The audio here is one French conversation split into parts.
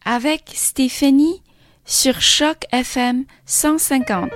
avec Stéphanie sur Choc FM 150.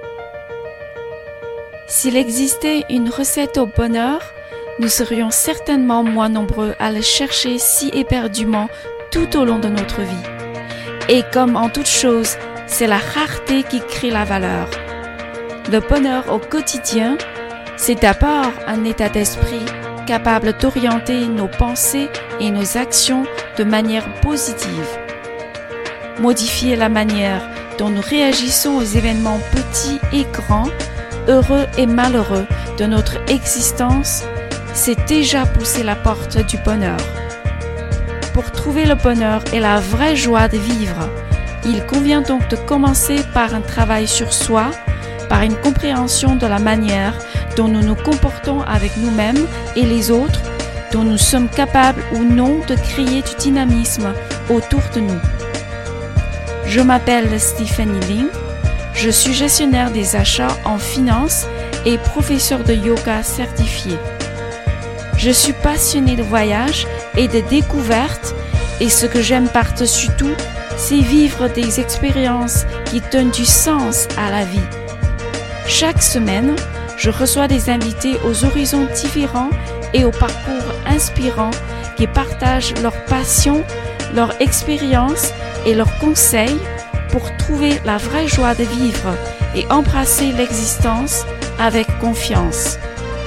S'il existait une recette au bonheur, nous serions certainement moins nombreux à le chercher si éperdument tout au long de notre vie. Et comme en toute chose, c'est la rareté qui crée la valeur. Le bonheur au quotidien, c'est d'abord un état d'esprit capable d'orienter nos pensées et nos actions de manière positive. Modifier la manière dont nous réagissons aux événements petits et grands, heureux et malheureux de notre existence, c'est déjà pousser la porte du bonheur. Pour trouver le bonheur et la vraie joie de vivre, il convient donc de commencer par un travail sur soi, par une compréhension de la manière dont nous nous comportons avec nous-mêmes et les autres, dont nous sommes capables ou non de créer du dynamisme autour de nous. Je m'appelle Stéphanie Ling, je suis gestionnaire des achats en finance et professeur de yoga certifié. Je suis passionnée de voyage et de découverte et ce que j'aime par-dessus tout, c'est vivre des expériences qui donnent du sens à la vie. Chaque semaine, je reçois des invités aux horizons différents et aux parcours inspirants qui partagent leur passion, leur expérience et leurs conseils pour trouver la vraie joie de vivre et embrasser l'existence avec confiance.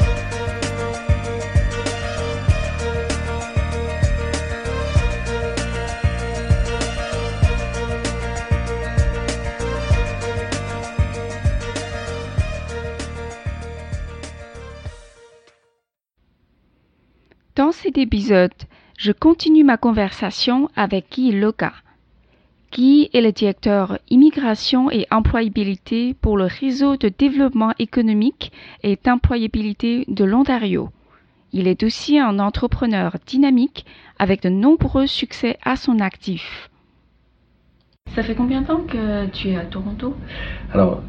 Dans cet épisode, je continue ma conversation avec Guy Loca. Guy est le directeur immigration et employabilité pour le réseau de développement économique et d'employabilité de l'Ontario. Il est aussi un entrepreneur dynamique avec de nombreux succès à son actif. Ça fait combien de temps que tu es à Toronto? Alors,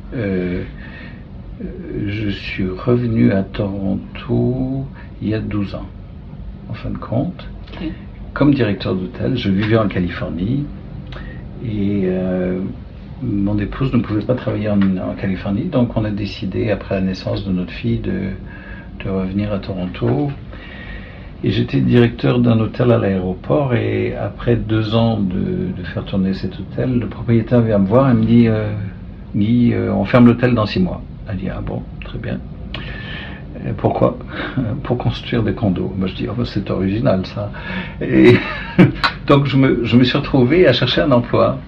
je suis revenu à Toronto il y a 12 ans. En fin de compte, okay. Comme directeur d'hôtel, je vivais en Californie et mon épouse ne pouvait pas travailler en Californie, donc on a décidé, après la naissance de notre fille, de revenir à Toronto. Et j'étais directeur d'un hôtel à l'aéroport et après 2 ans de faire tourner cet hôtel, le propriétaire vient me voir et me dit « Guy, on ferme l'hôtel dans 6 mois. » Elle dit « Ah bon, très bien. » Pourquoi? Pour construire des condos. Moi je dis, oh, c'est original ça. Et donc je me suis retrouvé à chercher un emploi.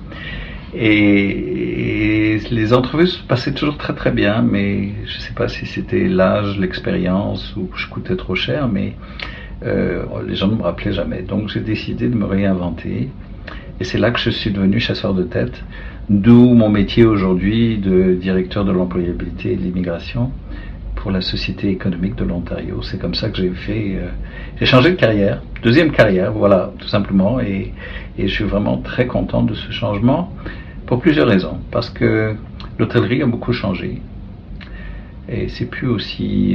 Et les entrevues se passaient toujours très très bien, mais je ne sais pas si c'était l'âge, l'expérience ou je coûtais trop cher, mais les gens ne me rappelaient jamais. Donc j'ai décidé de me réinventer. Et c'est là que je suis devenu chasseur de tête, d'où mon métier aujourd'hui de directeur de l'employabilité et de l'immigration pour la Société économique de l'Ontario. C'est comme ça que j'ai changé de carrière, deuxième carrière, voilà, tout simplement, et je suis vraiment très content de ce changement pour plusieurs raisons, parce que l'hôtellerie a beaucoup changé, et c'est plus aussi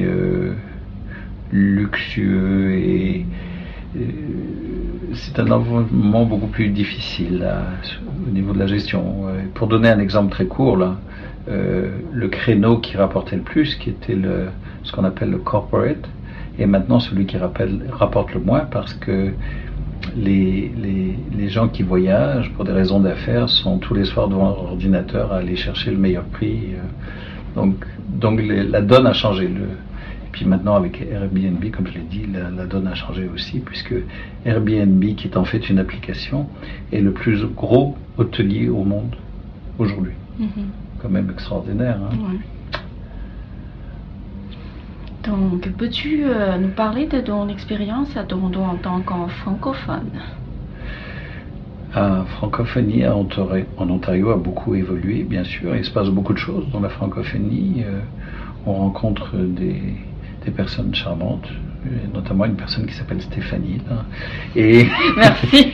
luxueux, et c'est un environnement beaucoup plus difficile au niveau de la gestion. Pour donner un exemple très court, là, le créneau qui rapportait le plus, qui était ce qu'on appelle le corporate, est maintenant celui qui rapporte le moins, parce que les gens qui voyagent pour des raisons d'affaires sont tous les soirs devant leur ordinateur à aller chercher le meilleur prix. Donc la donne a changé. Et puis maintenant avec Airbnb, comme je l'ai dit, la donne a changé aussi, puisque Airbnb, qui est en fait une application, est le plus gros hôtelier au monde aujourd'hui. Quand même extraordinaire. Hein? Ouais. Donc, peux-tu nous parler de ton expérience à Toronto en tant qu'en francophone? La francophonie en Ontario a beaucoup évolué, bien sûr. Il se passe beaucoup de choses dans la francophonie. On rencontre des personnes charmantes, notamment une personne qui s'appelle Stéphanie. Là. Et merci.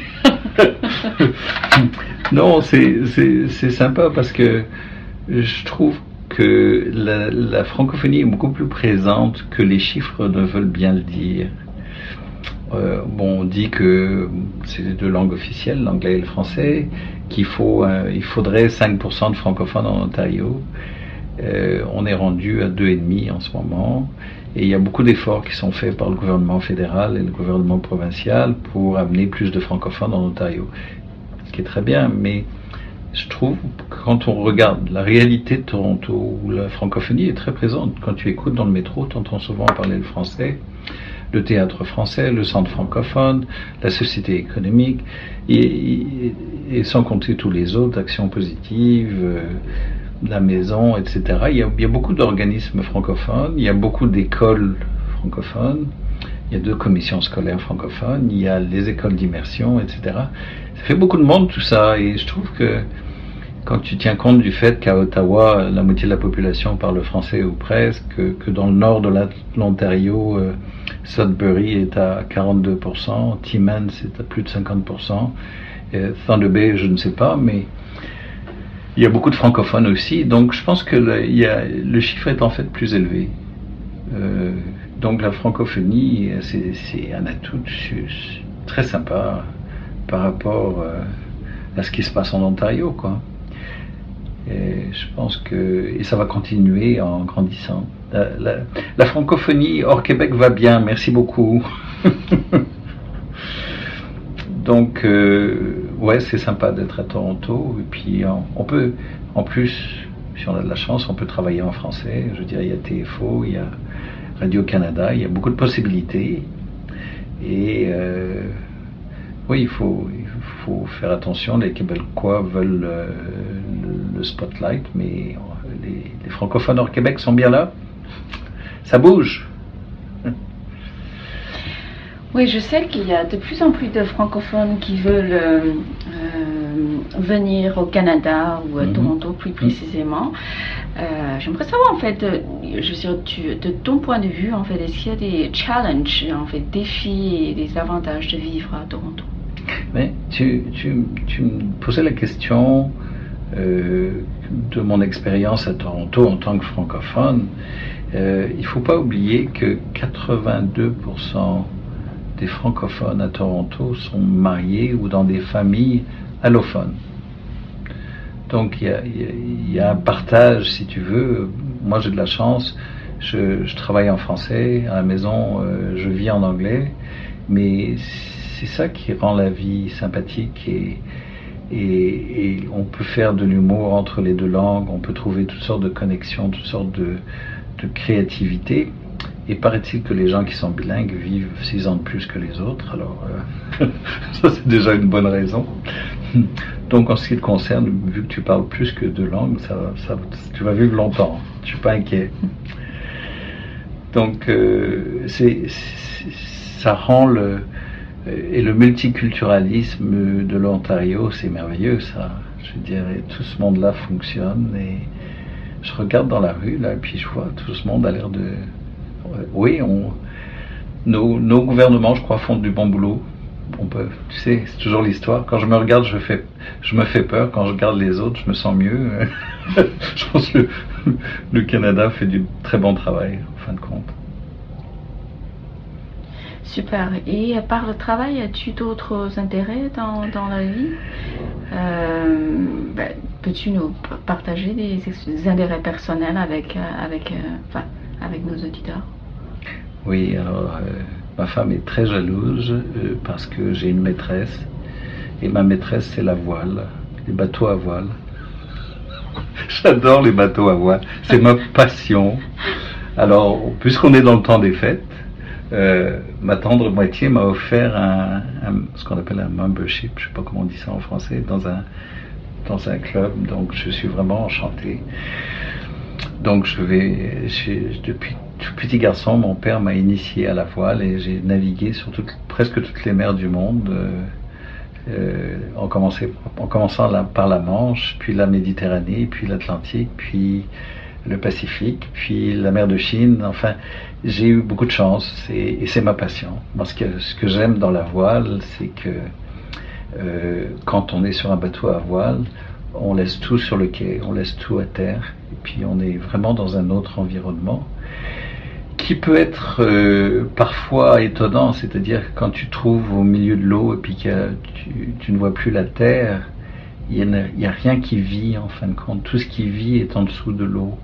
Non, c'est sympa parce que je trouve que la francophonie est beaucoup plus présente que les chiffres ne veulent bien le dire. on dit que c'est les deux langues officielles, l'anglais et le français, il faudrait 5% de francophones en Ontario. On est rendu à 2,5 en ce moment. Et il y a beaucoup d'efforts qui sont faits par le gouvernement fédéral et le gouvernement provincial pour amener plus de francophones en Ontario. Ce qui est très bien, mais je trouve que quand on regarde la réalité de Toronto, où la francophonie est très présente, quand tu écoutes dans le métro, tu entends souvent parler le français, le théâtre français, le centre francophone, la société économique, et sans compter tous les autres, actions positives, la maison, etc. Il y a beaucoup d'organismes francophones, il y a beaucoup d'écoles francophones, il y a 2 commissions scolaires francophones, il y a les écoles d'immersion, etc. Ça fait beaucoup de monde tout ça, et je trouve que quand tu tiens compte du fait qu'à Ottawa, la moitié de la population parle français ou presque, que dans le nord de l'Ontario, Sudbury est à 42%, Timmins est à plus de 50%, Thunder Bay, je ne sais pas, mais il y a beaucoup de francophones aussi, donc je pense que le chiffre est en fait plus élevé. Donc la francophonie, c'est un atout très sympa par rapport à ce qui se passe en Ontario, quoi. Et je pense que ça va continuer en grandissant. La francophonie hors Québec va bien, merci beaucoup. Donc, ouais, c'est sympa d'être à Toronto. Et puis, on peut, en plus, si on a de la chance, on peut travailler en français. Je veux dire, il y a TFO, il y a Radio-Canada, il y a beaucoup de possibilités. Et oui, il faut faire attention. Les Québécois veulent le spotlight, mais les francophones hors Québec sont bien là. Ça bouge. Oui, je sais qu'il y a de plus en plus de francophones qui veulent venir au Canada ou à Toronto plus précisément. J'aimerais savoir en fait, je veux dire, de ton point de vue, en fait, est-ce qu'il y a des challenges, en fait, défis et des avantages de vivre à Toronto? Mais tu me posais la question de mon expérience à Toronto en tant que francophone. Il ne faut pas oublier que 82% des francophones à Toronto sont mariés ou dans des familles allophones. Donc il y a un partage, si tu veux. Moi j'ai de la chance, je travaille en français, à la maison je vis en anglais, mais c'est ça qui rend la vie sympathique et on peut faire de l'humour entre les 2 langues, on peut trouver toutes sortes de connexions, toutes sortes de créativité. Et paraît-il que les gens qui sont bilingues vivent 6 ans de plus que les autres, alors ça c'est déjà une bonne raison. Donc en ce qui te concerne, vu que tu parles plus que 2 langues, tu vas vivre longtemps, je suis pas inquiet. Donc ça rend le multiculturalisme de l'Ontario, c'est merveilleux ça. Je veux dire, tout ce monde-là fonctionne et je regarde dans la rue là, et puis je vois tout ce monde a l'air de... Oui, nos gouvernements, je crois, font du bon boulot. Tu sais, c'est toujours l'histoire. Quand je me regarde, je me fais peur. Quand je regarde les autres, je me sens mieux. Je pense que le Canada fait du très bon travail, en fin de compte. Super. Et par le travail, as-tu d'autres intérêts dans la vie? Peux-tu nous partager des intérêts personnels avec nos auditeurs? Oui, alors ma femme est très jalouse parce que j'ai une maîtresse et ma maîtresse c'est la voile, les bateaux à voile. J'adore les bateaux à voile, c'est ma passion. Alors, puisqu'on est dans le temps des fêtes, ma tendre moitié m'a offert ce qu'on appelle un membership, je ne sais pas comment on dit ça en français, dans un club, donc je suis vraiment enchanté. Donc depuis tout petit garçon, mon père m'a initié à la voile et j'ai navigué sur presque toutes les mers du monde, en commençant par la Manche, puis la Méditerranée, puis l'Atlantique, puis le Pacifique, puis la mer de Chine. Enfin, j'ai eu beaucoup de chance et c'est ma passion. Moi, ce que j'aime dans la voile, c'est que quand on est sur un bateau à voile, on laisse tout sur le quai, on laisse tout à terre, et puis on est vraiment dans un autre environnement qui qui peut être parfois étonnant, c'est-à-dire quand tu trouves au milieu de l'eau et puis que tu ne vois plus la terre, il n'y a rien qui vit en fin de compte. Tout ce qui vit est en dessous de l'eau.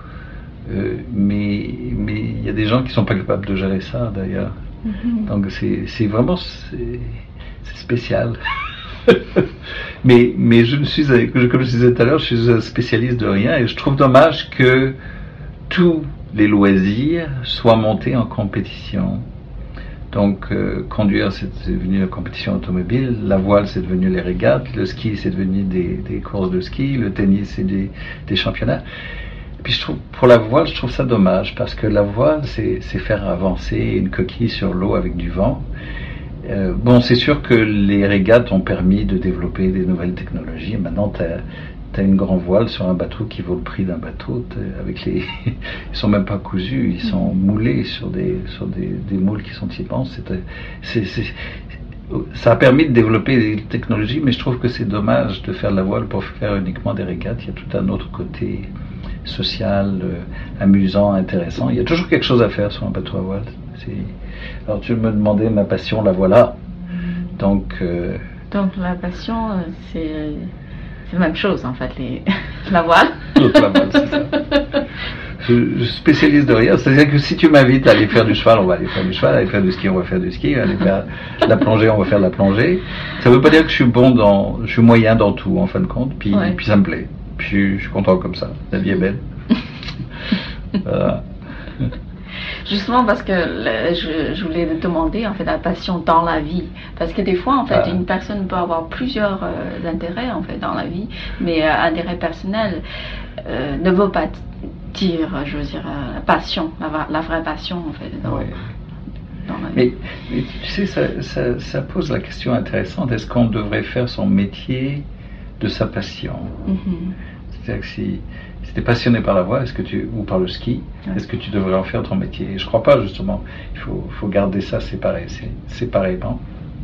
Mais il y a des gens qui ne sont pas capables de gérer ça d'ailleurs. Donc c'est vraiment c'est spécial. mais je ne suis, comme je disais tout à l'heure, je suis un spécialiste de rien et je trouve dommage que tous les loisirs soient montés en compétition. Donc conduire c'est devenu la compétition automobile, la voile c'est devenu les régates, le ski c'est devenu des courses de ski, le tennis c'est des championnats. Puis je trouve, pour la voile, je trouve ça dommage parce que la voile c'est faire avancer une coquille sur l'eau avec du vent. Bon, c'est sûr que les régates ont permis de développer des nouvelles technologies. Maintenant, t'as une grande voile sur un bateau qui vaut le prix d'un bateau. Ils sont même pas cousus, ils sont moulés sur des moules qui sont immenses. Ça a permis de développer des technologies, mais je trouve que c'est dommage de faire de la voile pour faire uniquement des régates. Il y a tout un autre côté social, amusant, intéressant. Il y a toujours quelque chose à faire sur un bateau à voile. Alors tu me demandais ma passion, la voilà. Donc la passion, c'est la même chose en fait, la voile. La voile, c'est ça. Je spécialise de rien, c'est-à-dire que si tu m'invites à aller faire du cheval, on va aller faire du cheval, aller faire du ski, on va faire du ski, aller faire de la plongée, on va faire de la plongée. Ça veut pas dire que je suis moyen dans tout en fin de compte, puis ça me plaît. Puis je suis content comme ça, la vie est belle. Voilà. Justement parce que je voulais te demander en fait la passion dans la vie, parce que des fois en fait une personne peut avoir plusieurs intérêts en fait dans la vie, mais intérêt personnel ne veut pas dire, je veux dire, passion, la vraie passion en fait dans la vie. Mais tu sais, ça pose la question intéressante, est-ce qu'on devrait faire son métier de sa passion? C'est-à-dire que si tu es passionné par la voile ou par le ski, est-ce que tu devrais en faire ton métier? Je ne crois pas, justement. Il faut garder ça séparément.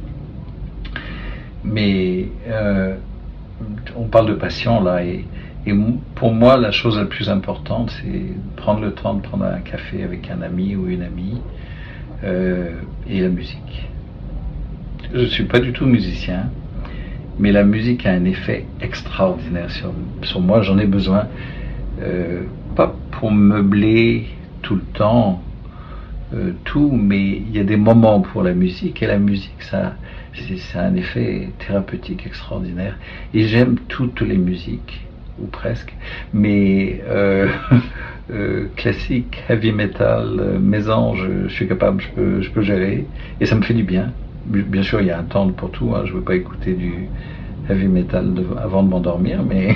Mais on parle de passion là, et pour moi, la chose la plus importante, c'est prendre le temps de prendre un café avec un ami ou une amie et la musique. Je ne suis pas du tout musicien, mais la musique a un effet extraordinaire sur moi. J'en ai besoin, pas pour meubler tout le temps, mais il y a des moments pour la musique, et la musique, ça a un effet thérapeutique extraordinaire. Et j'aime toutes les musiques, ou presque, mais classique, heavy metal, mésange, je suis capable, je peux gérer, et ça me fait du bien. Bien sûr, il y a un temps pour tout, je ne veux pas écouter du heavy metal avant de m'endormir, mais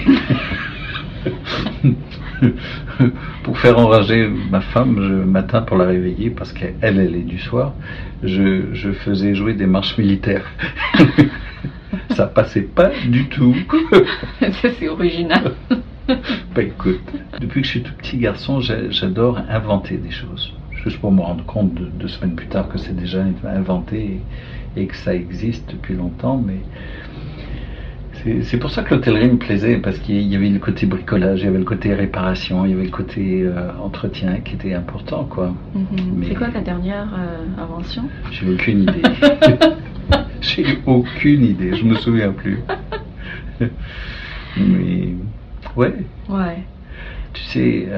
pour faire enrager ma femme le matin pour la réveiller, parce qu'elle est du soir, je faisais jouer des marches militaires. Ça passait pas du tout. C'est original. Bah écoute, depuis que je suis tout petit garçon, j'adore inventer des choses. Juste pour me rendre compte 2 semaines plus tard que c'est déjà inventé et que ça existe depuis longtemps, mais c'est pour ça que l'hôtellerie me plaisait, parce qu'il y avait le côté bricolage, il y avait le côté réparation, il y avait le côté entretien qui était important, quoi. C'est quoi ta dernière invention? J'ai aucune idée. J'ai aucune idée, je me souviens plus. Mais ouais. Tu sais,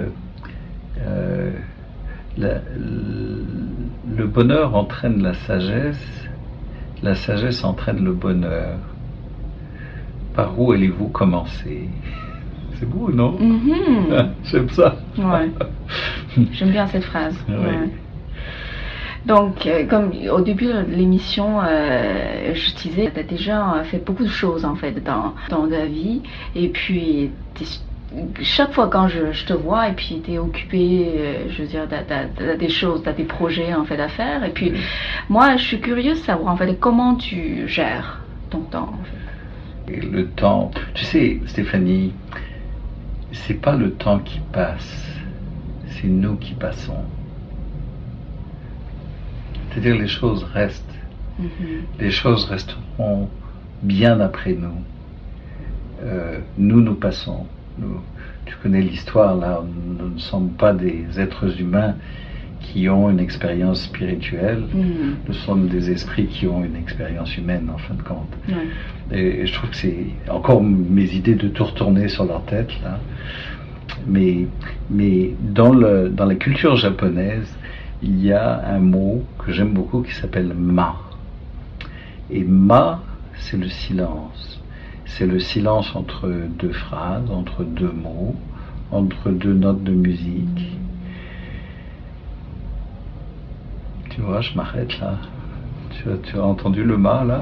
le bonheur entraîne la sagesse entraîne le bonheur. Par où allez-vous commencer? C'est beau, non? J'aime ça. J'aime bien cette phrase. Donc, comme au début de l'émission, je disais, tu as déjà fait beaucoup de choses en fait dans ta vie, et puis chaque fois quand je te vois, et puis tu es occupé, je veux dire, t'as des choses, tu as des projets en fait à faire, et puis moi je suis curieuse de savoir en fait comment tu gères ton temps en fait. Et le temps, tu sais Stéphanie, c'est pas le temps qui passe, c'est nous qui passons. C'est-à-dire les choses restent. Les choses resteront bien après nous. Nous passons. Tu connais l'histoire là, nous ne sommes pas des êtres humains qui ont une expérience spirituelle, nous sommes des esprits qui ont une expérience humaine en fin de compte. Et je trouve que c'est encore mes idées de tout retourner sur leur tête là. Mais dans la culture japonaise, il y a un mot que j'aime beaucoup qui s'appelle ma. Et ma, c'est le silence. C'est le silence entre deux phrases, entre deux mots, entre deux notes de musique. Tu vois, je m'arrête là. Tu as entendu le ma là?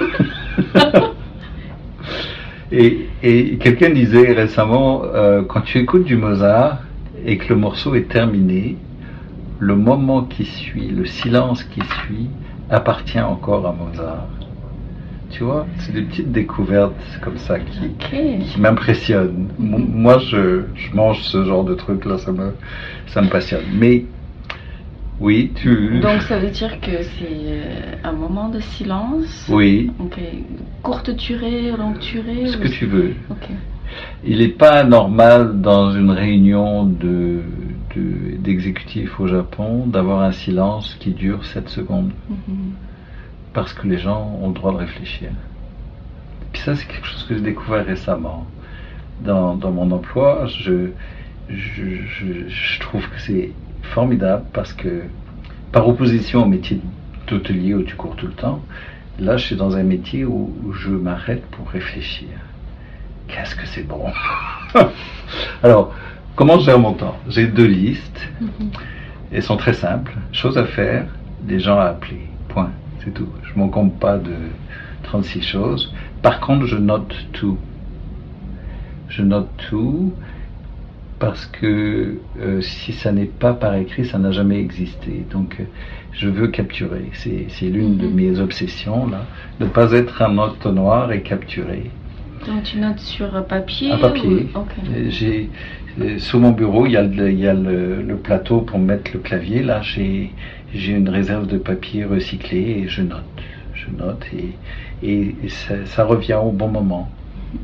Et quelqu'un disait récemment, quand tu écoutes du Mozart et que le morceau est terminé, le moment qui suit, le silence qui suit, appartient encore à Mozart. Tu vois, c'est des petites découvertes comme ça qui m'impressionnent. Moi, je mange ce genre de truc là, ça me passionne. Mais oui, donc ça veut dire que c'est un moment de silence. Oui. Courte durée, longue durée. Ce que tu veux. Il n'est pas normal dans une réunion d'exécutifs au Japon d'avoir un silence qui dure 7 secondes. Parce que les gens ont le droit de réfléchir. Puis ça, c'est quelque chose que j'ai découvert récemment. Dans mon emploi, je trouve que c'est formidable parce que, par opposition au métier d'hôtelier où tu cours tout le temps, là, je suis dans un métier où je m'arrête pour réfléchir. Qu'est-ce que c'est bon! Alors, comment je gère mon temps? J'ai 2 listes. Elles sont très simples. Chose à faire, des gens à appeler. Point. C'est tout. Je ne m'encombre pas de 36 choses. Par contre, je note tout. Je note tout parce que si ça n'est pas par écrit, ça n'a jamais existé. Donc, je veux capturer. C'est l'une de mes obsessions, là. Ne pas être un entonnoir et capturer. Donc, tu notes sur papier? Un papier. Sur mon bureau, il y a le plateau pour mettre le clavier. Là, j'ai une réserve de papier recyclé et je note et ça revient au bon moment.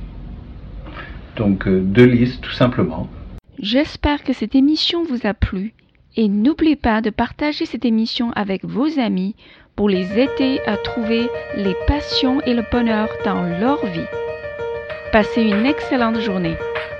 Donc 2 listes tout simplement. J'espère que cette émission vous a plu et n'oubliez pas de partager cette émission avec vos amis pour les aider à trouver les passions et le bonheur dans leur vie. Passez une excellente journée.